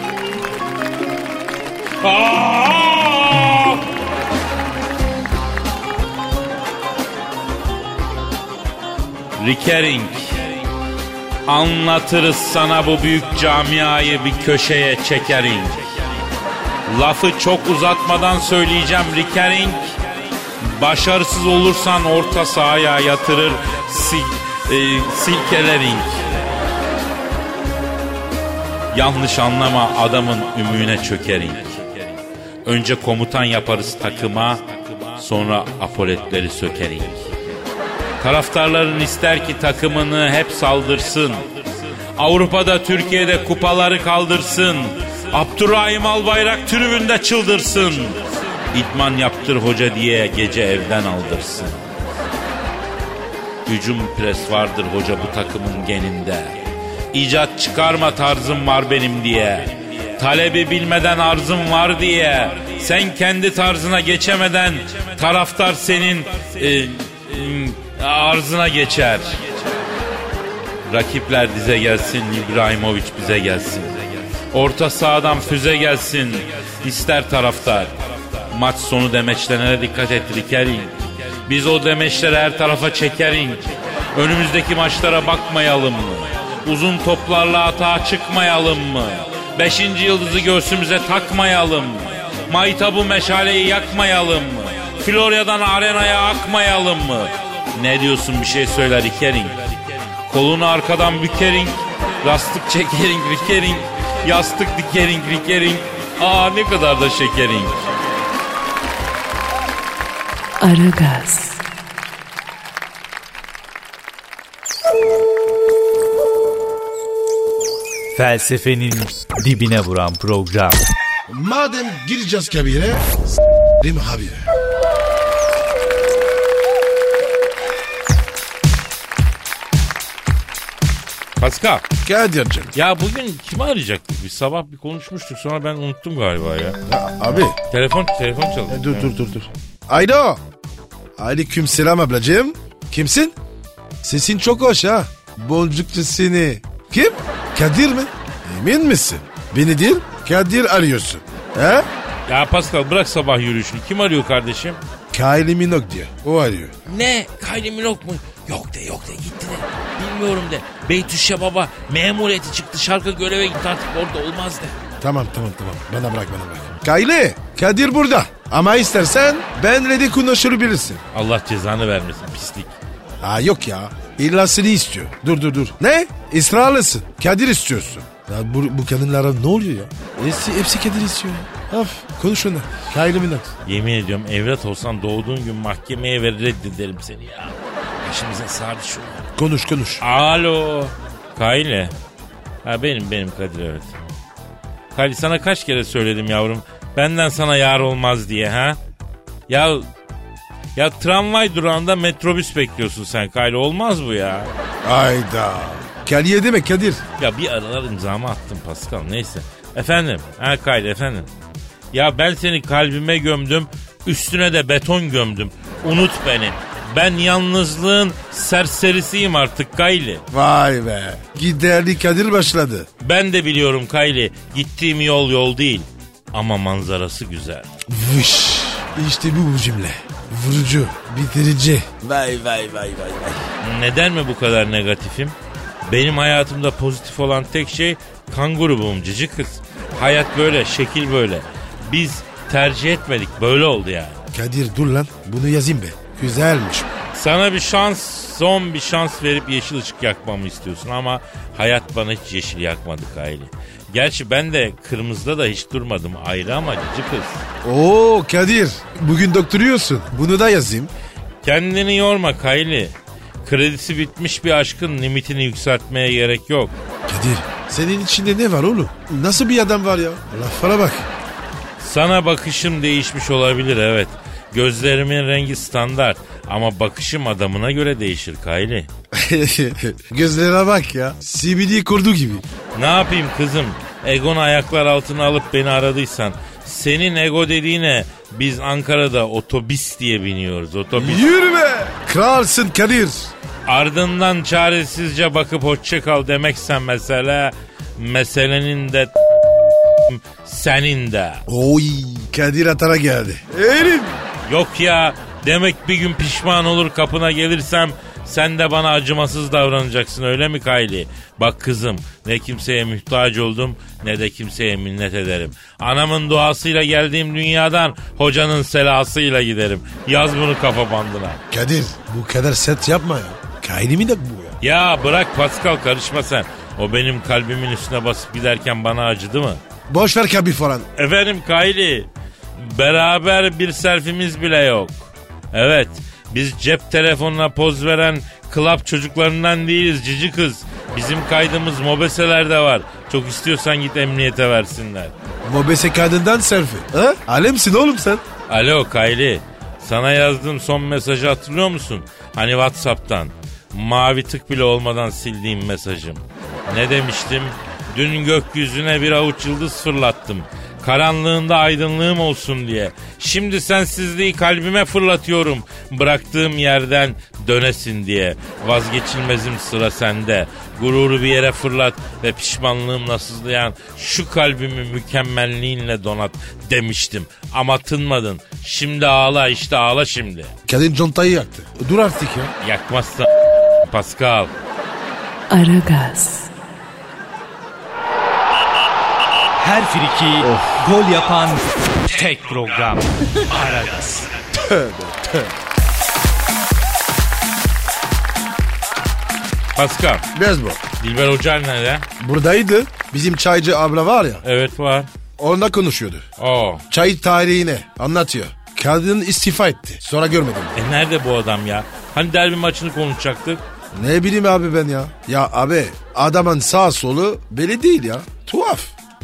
Speaker 4: Aa! Rikering, anlatırız sana bu büyük camiayı, bir köşeye çekering. Lafı çok uzatmadan söyleyeceğim Rikering. Başarısız olursan orta sahaya yatırır sil, e, silkelering. Yanlış anlama, adamın ümüğüne çökering. Önce komutan yaparız takıma, sonra apoletleri sökering. Taraftarların ister ki takımını hep saldırsın. Avrupa'da, Türkiye'de kupaları kaldırsın. Abdurrahim Albayrak tribünde çıldırsın. İdman yaptır hoca diye gece evden aldırsın. Hücum pres vardır hoca bu takımın geninde. İcat çıkarma tarzım var benim diye. Talebi bilmeden arzım var diye. Sen kendi tarzına geçemeden taraftar senin e, e, arzına geçer. Rakipler dize gelsin, İbrahimovic bize gelsin. Orta sahadan füze gelsin, ister taraftar. Maç sonu demeçlerine dikkat et Rikering. Biz o demeçleri her tarafa çekering. Önümüzdeki maçlara bakmayalım mı? Uzun toplarla atağa çıkmayalım mı? Beşinci yıldızı göğsümüze takmayalım mı? Maytabı meşaleyi yakmayalım mı? Florya'dan arenaya akmayalım mı? Ne diyorsun, bir şey söyle Rikering. Kolunu arkadan bükering, lastik çekering Rikering, yastık dikering Rikering. Aa ne kadar da şekering.
Speaker 1: Aragaz.
Speaker 6: Felsefenin dibine vuran program.
Speaker 3: Madem gireceğiz kabire, s***rim abi.
Speaker 4: Pascal.
Speaker 3: Kadir'cim.
Speaker 4: Ya bugün kimi arayacaktık? Biz sabah bir konuşmuştuk, sonra ben unuttum galiba ya.
Speaker 3: Ya, abi.
Speaker 4: Telefon telefon çaldı.
Speaker 3: Ya, dur dur dur dur. Alo. Aleyküm selam ablacığım. Kimsin? Sesin çok hoş ha. Boncukçu seni. Kim? Kadir mi? Emin misin? Beni değil, Kadir arıyorsun. He?
Speaker 4: Ya Pascal bırak sabah yürüyüşünü. Kim arıyor kardeşim?
Speaker 3: Kylie Minogue diyor. O arıyor.
Speaker 4: Ne? Kylie Minogue mu? Yok de yok de gitti de. Bilmiyorum de. Beytüşşe baba memuriyeti çıktı, şarkı göreve gitti, artık orada olmaz de.
Speaker 3: Tamam tamam tamam. Bana bırak bana bırak. Kylie, Kadir burada. Ama istersen ben ready konuşabilirsin.
Speaker 4: Allah cezanı vermesin pislik.
Speaker 3: Ha yok ya. İlla seni istiyor. Dur dur dur. Ne? İsrarlısın. Kadir istiyorsun. Ya bu, bu kadınlara ne oluyor ya? Hepsi, hepsi Kadir istiyor ya. Of, konuş ona. Kylie Minogue.
Speaker 4: Yemin ediyorum evlat olsan doğduğun gün mahkemeye ver, reddederim seni ya. Başımıza sardı şu.
Speaker 3: Konuş konuş.
Speaker 4: Alo. Kylie. Ha benim benim Kadir, evet. Kylie sana kaç kere söyledim yavrum. Benden sana yar olmaz diye ha. Ya ya tramvay durağında metrobüs bekliyorsun sen Kylie, olmaz bu ya.
Speaker 3: Ayda. Kylie demek Kadir.
Speaker 4: Ya bir aralar imzamı attım Pascal, neyse. Efendim ha Kylie efendim. Ya ben seni kalbime gömdüm, üstüne de beton gömdüm. Unut beni. Ben yalnızlığın serserisiyim artık Kylie.
Speaker 3: Vay be. Giderli Kadir başladı.
Speaker 4: Ben de biliyorum Kylie. Gittiğim yol yol değil. Ama manzarası güzel.
Speaker 3: Vış. İşte bu bu cümle. Vurucu, bitirici. Vay vay vay vay vay.
Speaker 4: Neden mi bu kadar negatifim? Benim hayatımda pozitif olan tek şey kan grubum cici kız. Hayat böyle, şekil böyle. Biz tercih etmedik, böyle oldu yani.
Speaker 3: Kadir dur lan, bunu yazayım be. Güzelmiş.
Speaker 4: Sana bir şans, son bir şans verip yeşil ışık yakmamı istiyorsun ama hayat bana hiç yeşil yakmadı Kylie. Gerçi ben de kırmızıda da hiç durmadım ayrı ama cici kız.
Speaker 3: Oo Kadir, bugün doktoruyorsun. Bunu da yazayım.
Speaker 4: Kendini yorma Kylie. Kredisi bitmiş bir aşkın limitini yükseltmeye gerek yok.
Speaker 3: Kadir, senin içinde ne var oğlum? Nasıl bir adam var ya? Laflara bak.
Speaker 4: Sana bakışım değişmiş olabilir, evet. Gözlerimin rengi standart ama bakışım adamına göre değişir Kylie.
Speaker 3: Gözlere bak ya. C B D kurdu gibi.
Speaker 4: Ne yapayım kızım? Egonu ayaklar altına alıp beni aradıysan. Senin ego dediğine biz Ankara'da otobüs diye biniyoruz. Otobüs.
Speaker 3: Yürü be. Kralsın Kadir.
Speaker 4: Ardından çaresizce bakıp hoşça kal demeksen mesela, meselenin de senin de.
Speaker 3: Oy Kadir atara geldi. Elim.
Speaker 4: Yok ya, demek bir gün pişman olur kapına gelirsem sen de bana acımasız davranacaksın, öyle mi Kylie? Bak kızım, ne kimseye muhtaç oldum ne de kimseye minnet ederim. Anamın duasıyla geldiğim dünyadan hocanın selasıyla giderim. Yaz bunu kafa bandına.
Speaker 3: Kadir bu kadar sert yapma ya. Kylie mi de bu ya?
Speaker 4: Ya bırak Pascal, karışma sen. O benim kalbimin üstüne basıp giderken bana acıdı mı?
Speaker 3: Boş ver kabi falan.
Speaker 4: Efendim Kylie, beraber bir selfie'miz bile yok. Evet, biz cep telefonuna poz veren club çocuklarından değiliz cici kız. Bizim kaydımız mobeselerde var. Çok istiyorsan git emniyete versinler.
Speaker 3: Mobese kaydından selfie. Ha? Alemsin oğlum sen.
Speaker 4: Alo Kylie, sana yazdığım son mesajı hatırlıyor musun? Hani WhatsApp'tan. Mavi tık bile olmadan sildiğim mesajım. Ne demiştim? Dün gökyüzüne bir avuç yıldız fırlattım. Karanlığında aydınlığım olsun diye. Şimdi sensizliği kalbime fırlatıyorum. Bıraktığım yerden dönesin diye. Vazgeçilmezim sıra sende. Gururu bir yere fırlat ve pişmanlığımla sızlayan şu kalbimi mükemmelliğinle donat demiştim. Ama tınmadın. Şimdi ağla, işte ağla şimdi.
Speaker 3: Kadın contayı yaktı. Dur artık ya.
Speaker 4: Yakmazsa Pascal.
Speaker 1: Aragaz.
Speaker 6: Her friki gol yapan tek program. Aragaz.
Speaker 4: Pascal,
Speaker 3: Bez bu.
Speaker 4: Dilber Hoca nerede?
Speaker 3: Buradaydı. Bizim çaycı abla var ya.
Speaker 4: Evet var.
Speaker 3: Onunla konuşuyordu.
Speaker 4: Oo.
Speaker 3: Çay tarihini anlatıyor. Kadın istifa etti. Sonra görmedim.
Speaker 4: E nerede bu adam ya? Hani derbi maçını konuşacaktık?
Speaker 3: Ne bileyim abi ben ya. Ya abi adamın sağ solu belli değil ya. Tuhaf.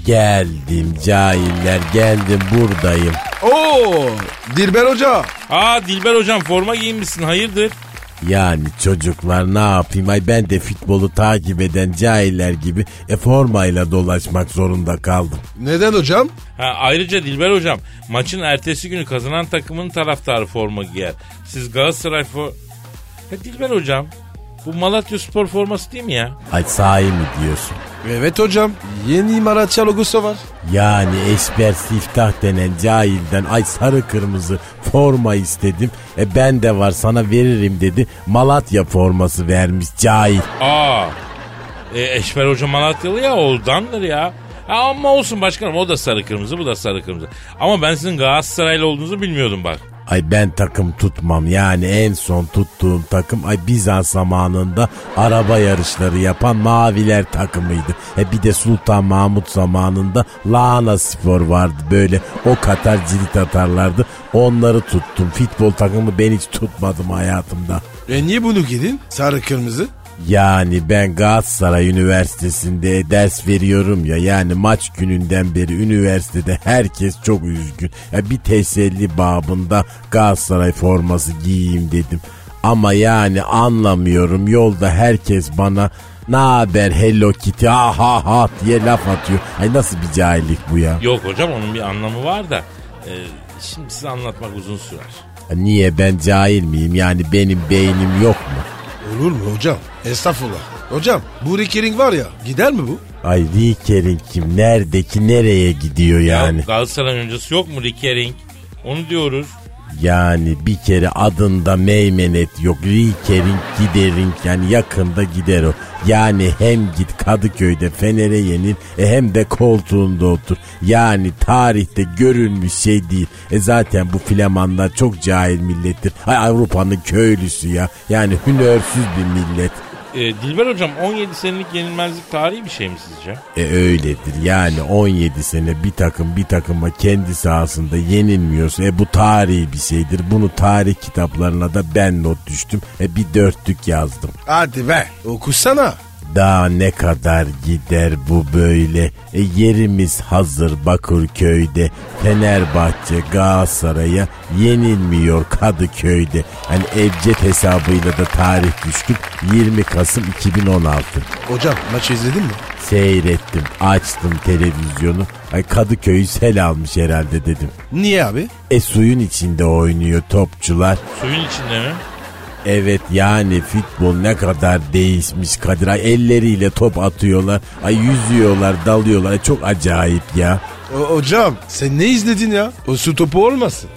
Speaker 7: Geldim cahiller, geldim, buradayım.
Speaker 3: Oo, Dilber Hoca.
Speaker 4: Aa Dilber hocam forma giyinmişsin, hayırdır?
Speaker 7: Yani çocuklar ne yapayım, ay ben de futbolu takip eden cahiller gibi e, formayla dolaşmak zorunda kaldım.
Speaker 3: Neden hocam?
Speaker 4: Ha, ayrıca Dilber hocam, maçın ertesi günü kazanan takımın taraftarı forma giyer. Siz Galatasaray for... Ya Dilber hocam, bu Malatya Spor forması değil mi ya?
Speaker 7: Ay sahi mi diyorsun?
Speaker 3: Evet hocam. Yeni Malatya logosu var.
Speaker 7: Yani Esber Siftah denen cahilden ay sarı kırmızı forma istedim. E ben de var sana veririm dedi. Malatya forması vermiş cahil.
Speaker 4: Aa, e, Eşber Hoca Malatyalı ya, ondandır ya. Ha, ama olsun başkanım, o da sarı kırmızı, bu da sarı kırmızı. Ama ben sizin Galatasaraylı olduğunuzu bilmiyordum bak.
Speaker 7: Ay ben takım tutmam, yani en son tuttuğum takım ay Bizans zamanında araba yarışları yapan Maviler takımıydı. E bir de Sultan Mahmut zamanında Lahana Spor vardı, böyle o Katar cirit atarlardı, onları tuttum. Futbol takımı ben hiç tutmadım hayatımda.
Speaker 3: E niye bunu giydin? Sarı kırmızı.
Speaker 7: Yani ben Galatasaray Üniversitesi'nde ders veriyorum ya, yani maç gününden beri üniversitede herkes çok üzgün. Ya bir teselli babında Galatasaray forması giyeyim dedim. Ama yani anlamıyorum, yolda herkes bana "Ne haber Hello Kitty ha ha ha" diye laf atıyor. Ay nasıl bir cahillik bu ya?
Speaker 4: Yok hocam, onun bir anlamı var da e, şimdi size anlatmak uzun sürer.
Speaker 7: Niye, ben cahil miyim, yani benim beynim yok mu?
Speaker 3: Olur mu hocam? Estağfurullah. Hocam bu Rickering var ya, gider mi bu?
Speaker 7: Ay Rickering kim, neredeki, nereye gidiyor yani?
Speaker 4: Ya Galatasaray öncesi yok mu Rickering? Onu diyoruz.
Speaker 7: Yani bir kere adında meymenet yok. Rickering giderin, yani yakında gider o. Yani hem git Kadıköy'de Fener'e yenil e hem de koltuğunda otur. Yani tarihte görülmüş şey değil. E zaten bu Flamanlar çok cahil millettir. Ay Avrupa'nın köylüsü ya. Yani hünersüz bir millet.
Speaker 4: E, Dilber hocam, on yedi senelik yenilmezlik tarihi bir şey mi sizce?
Speaker 7: E öyledir, yani on yedi sene bir takım bir takıma kendi sahasında yenilmiyorsa e bu tarihi bir şeydir. Bunu tarih kitaplarına da ben not düştüm, e bir dörtlük yazdım.
Speaker 3: Hadi be, okusana.
Speaker 7: Daha ne kadar gider bu böyle? E yerimiz hazır Bakırköy'de. Fenerbahçe Galatasaray'a yenilmiyor Kadıköy'de. Hani Ebced hesabıyla da tarih düştük. yirmi Kasım iki bin on altı.
Speaker 3: Hocam maçı izledin mi?
Speaker 7: Seyrettim, açtım televizyonu. Ay Kadıköy'ü sel almış herhalde dedim.
Speaker 3: Niye abi?
Speaker 7: E suyun içinde oynuyor topçular.
Speaker 4: Suyun içinde mi?
Speaker 7: Evet, yani futbol ne kadar değişmiş Kadir. Ay elleriyle top atıyorlar. Ay yüzüyorlar, dalıyorlar. Ay çok acayip ya.
Speaker 3: O, hocam sen ne izledin ya? O su topu olmasın?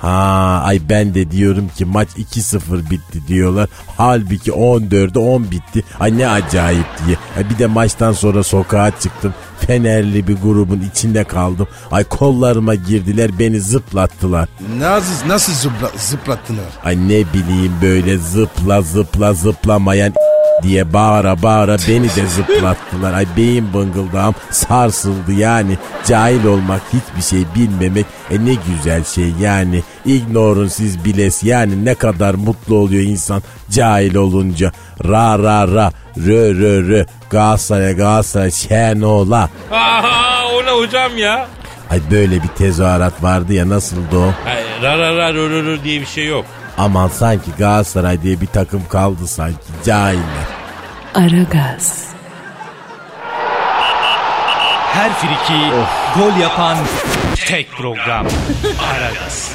Speaker 7: Ha, ay ben de diyorum ki maç iki sıfır bitti diyorlar. Halbuki on dörde on bitti. Ay ne acayip diye. Ay bir de maçtan sonra sokağa çıktım. Fenerli bir grubun içinde kaldım. Ay kollarıma girdiler, beni zıplattılar.
Speaker 3: Nasıl, nasıl zıpla, zıplattılar?
Speaker 7: Ay ne bileyim, böyle zıpla zıpla zıplamayan diye bağıra bağıra beni de zıplattılar. Ay beyin bıngıldağım sarsıldı yani. Cahil olmak, hiçbir şey bilmemek e ne güzel şey yani. Ignorance is bliss, yani ne kadar mutlu oluyor insan cahil olunca. Ra ra ra rö rö rö Galatasaray Galatasaray şenola.
Speaker 4: Aha, o ne hocam ya?
Speaker 7: Ay böyle bir tezahürat vardı ya, nasıldı o?
Speaker 4: Ay, ra ra ra rö rö rö diye bir şey yok.
Speaker 7: Aman sanki Galatasaray diye bir takım kaldı sanki, cahiller.
Speaker 1: Aragaz.
Speaker 6: Her friki gol yapan tek program. Aragaz.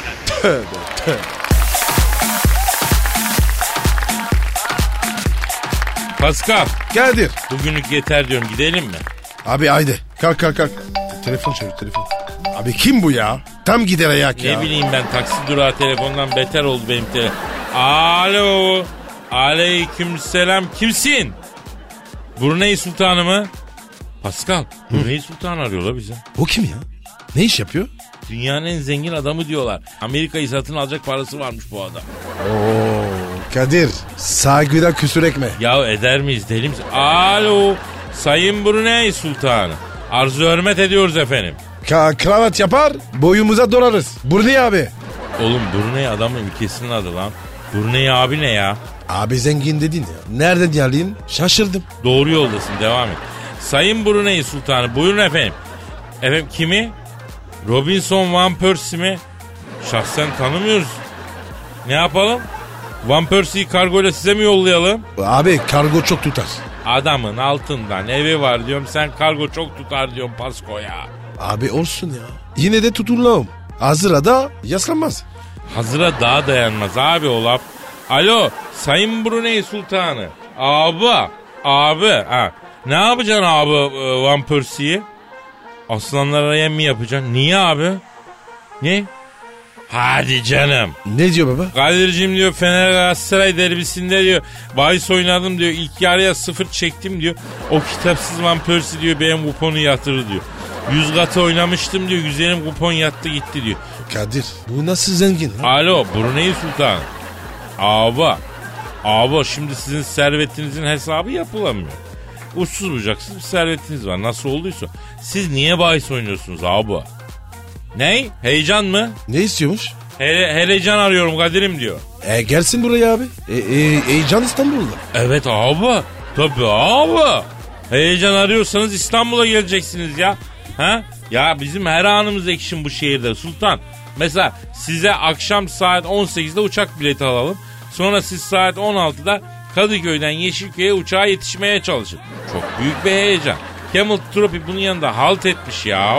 Speaker 4: Pascal,
Speaker 3: Kadir.
Speaker 4: bugünlük yeter diyorum, gidelim mi?
Speaker 3: Abi haydi kalk kalk kalk. Telefon çevir telefon. Abi kim bu ya? Tam gider ayak ya.
Speaker 4: Ne bileyim ben, taksi durağı telefondan beter oldu benim telefon. Alo. Aleykümselam. Kimsin? Brunei Sultanı mı? Pascal, Brunei Sultan arıyor la bize.
Speaker 3: O kim ya? Ne iş yapıyor?
Speaker 4: Dünyanın en zengin adamı diyorlar. Amerika'yı satın alacak parası varmış bu adam.
Speaker 3: Oo, Kadir saygıda küsür ekme.
Speaker 4: Ya eder miyiz deli misin? Alo Sayın Brunei Sultanı. Arzu hürmet ediyoruz efendim.
Speaker 3: Ka- kravat yapar boyumuza dolarız. Brunei abi.
Speaker 4: Oğlum Brunei adamın ülkesinin adı lan. Brunei abi ne ya?
Speaker 3: Abi zengin dedin ya. Nereden geldin? Şaşırdım.
Speaker 4: Doğru yoldasın, devam et. Sayın Brunei Sultanı buyurun efendim. Efendim kimi? Robinson Van Persie mi? Şahsen tanımıyoruz. Ne yapalım? Van Persie'yi kargoyla size mi yollayalım?
Speaker 3: Abi kargo çok tutar.
Speaker 4: Adamın altından evi var diyorum, sen kargo çok tutar diyorsun Pasko ya.
Speaker 3: Abi olsun ya. Yine de tutullağım. Hazıra da yaslanmaz.
Speaker 4: Hazıra daha dayanmaz abi o laf. Alo Sayın Brunei Sultanı. Abi. Abi. Ha. Ne yapacaksın abi e, Van Persie'yi? Aslanlara yem mi yapacaksın? Niye abi? Ne? Hadi canım.
Speaker 3: Ne diyor baba?
Speaker 4: Kadir'cim diyor Fener Galatasaray derbisinde diyor bahis oynadım diyor. İlk yarıya sıfır çektim diyor. O kitapsız Van Persie diyor benim kuponu yatırdı diyor. Yüz katı oynamıştım diyor. Güzelim kupon yattı gitti diyor.
Speaker 3: Kadir bu nasıl zengin lan?
Speaker 4: Alo Brunei Sultan. Abi. Abi şimdi sizin servetinizin hesabı yapılamıyor. Uçsuz bucaksız bir servetiniz var. Nasıl olduysa. Siz niye bahis oynuyorsunuz abi? Ne? Heyecan mı?
Speaker 3: Ne istiyormuş?
Speaker 4: Hele, heyecan arıyorum Kadir'im diyor.
Speaker 3: E gelsin buraya abi. E, e, heyecan İstanbul'da.
Speaker 4: Evet abi. Tabii abi. Heyecan arıyorsanız İstanbul'a geleceksiniz ya. Ha? Ya bizim her anımız ekşin bu şehirde Sultan. Mesela size akşam saat on sekizde uçak bileti alalım. Sonra siz saat on altıda Kadıköy'den Yeşilköy'e uçağa yetişmeye çalışın. Çok büyük bir heyecan. Camel Tropi bunun yanında halt etmiş ya.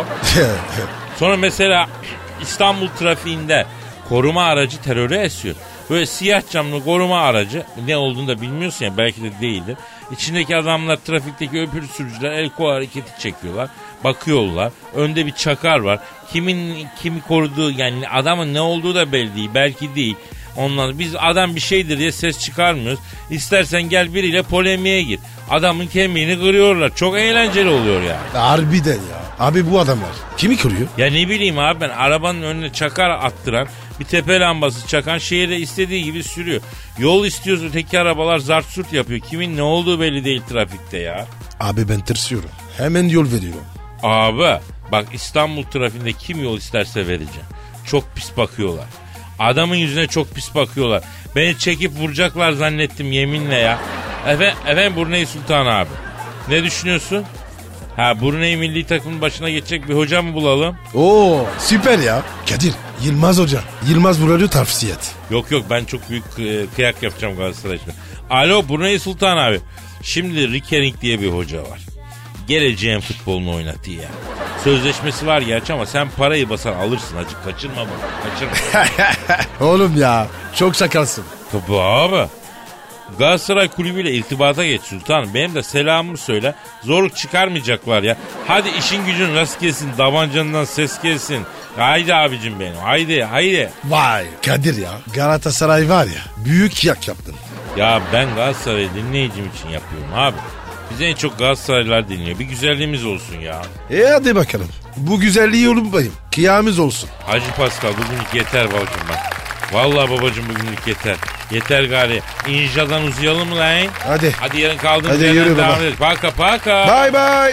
Speaker 4: Sonra mesela İstanbul trafiğinde koruma aracı teröre esiyor. Böyle siyah camlı koruma aracı, ne olduğunu da bilmiyorsun ya, belki de değildir. İçindeki adamlar trafikteki öbür sürücüler el kol hareketi çekiyorlar. Bakıyorlar. Önde bir çakar var. Kimin kimi koruduğu, yani adamın ne olduğu da belli değil. Belki değil. Ondan biz adam bir şeydir diye ses çıkarmıyoruz. İstersen gel biriyle polemiğe gir. Adamın kemiğini kırıyorlar. Çok eğlenceli oluyor yani.
Speaker 3: Harbiden ya. Abi bu adamlar kimi kırıyor?
Speaker 4: Ya ne bileyim abi, ben arabanın önüne çakar attıran, bir tepe lambası çakan, şehirde istediği gibi sürüyor. Yol istiyorsa öteki arabalar zart surt yapıyor. Kimin ne olduğu belli değil trafikte ya.
Speaker 3: Abi ben tırsıyorum. Hemen yol veriyorum.
Speaker 4: Abi bak, İstanbul trafiğinde kim yol isterse vereceğim. Çok pis bakıyorlar. Adamın yüzüne çok pis bakıyorlar. Beni çekip vuracaklar zannettim yeminle ya. Efendim, efendim Brunei Sultan abi. Ne düşünüyorsun? Ha, Brunei milli takımın başına geçecek bir hoca mı bulalım?
Speaker 3: Oo süper ya. Kadir Yılmaz Hoca. Yılmaz Vural'ı tavsiye et.
Speaker 4: Yok yok, ben çok büyük kı- kıyak yapacağım Galatasaray'da. Alo Brunei Sultan abi. Şimdi Rickering diye bir hoca var. Geleceğin futbolunu oynatıyor ya. Sözleşmesi var gerçi ama sen parayı basan alırsın hacı. Kaçırma bunu. Kaçırma.
Speaker 3: Oğlum ya çok şakasın.
Speaker 4: Tabii abi. Galatasaray kulübüyle irtibata geç Sultan. Benim de selamımı söyle. Zorluk çıkarmayacaklar ya. Hadi işin gücün rast gelsin. Davancandan ses gelsin. Haydi abicim benim. Haydi haydi.
Speaker 3: Vay Kadir ya. Galatasaray var ya büyük yak yaptın.
Speaker 4: Ya ben Galatasaray'ı dinleyicim için yapıyorum abi. Bize en çok Galatasaraylılar dinliyor. Bir güzelliğimiz olsun ya.
Speaker 3: E hadi bakalım. Bu güzelliği unutmayın. Kıyamız olsun.
Speaker 4: Hacı Pascal bugünlük yeter babacım bak. Vallahi babacım bugünlük yeter. Yeter gari. İnşadan uzayalım mı lan?
Speaker 3: Hadi.
Speaker 4: Hadi yarın kaldığımız
Speaker 3: Hadi
Speaker 4: yerden
Speaker 3: yürü
Speaker 4: devam
Speaker 3: baba.
Speaker 4: ederiz. Paka paka.
Speaker 3: Bye bye.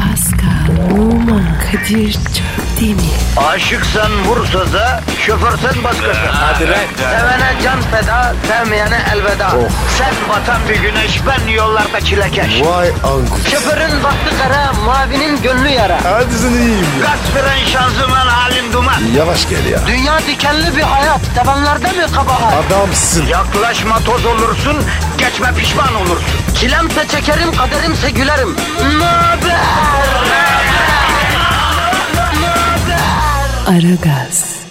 Speaker 1: Pascal, Oman, Kadir çok değil mi?
Speaker 2: Aşıksan vursa da, şoförsen başkasın. Hadi
Speaker 3: lan.
Speaker 2: Sevene can feda, sevmeyene elveda. Sen batan bir güneş, ben yollarda çilekeş.
Speaker 3: Vay anku.
Speaker 2: Şoförün baktı kara, mavinin gönlü yara.
Speaker 3: Hadi sen iyiyim ya.
Speaker 2: Kasperen şanzıman halin duman.
Speaker 3: Yavaş gel ya.
Speaker 2: Dünya dikenli bir hayat, sevenlerde mi kabahar?
Speaker 3: Adamsın.
Speaker 2: Yaklaşma toz olursun, geçme pişman olursun. Çilemse çekerim, kaderimse gülerim. Möber!
Speaker 1: Aragaz.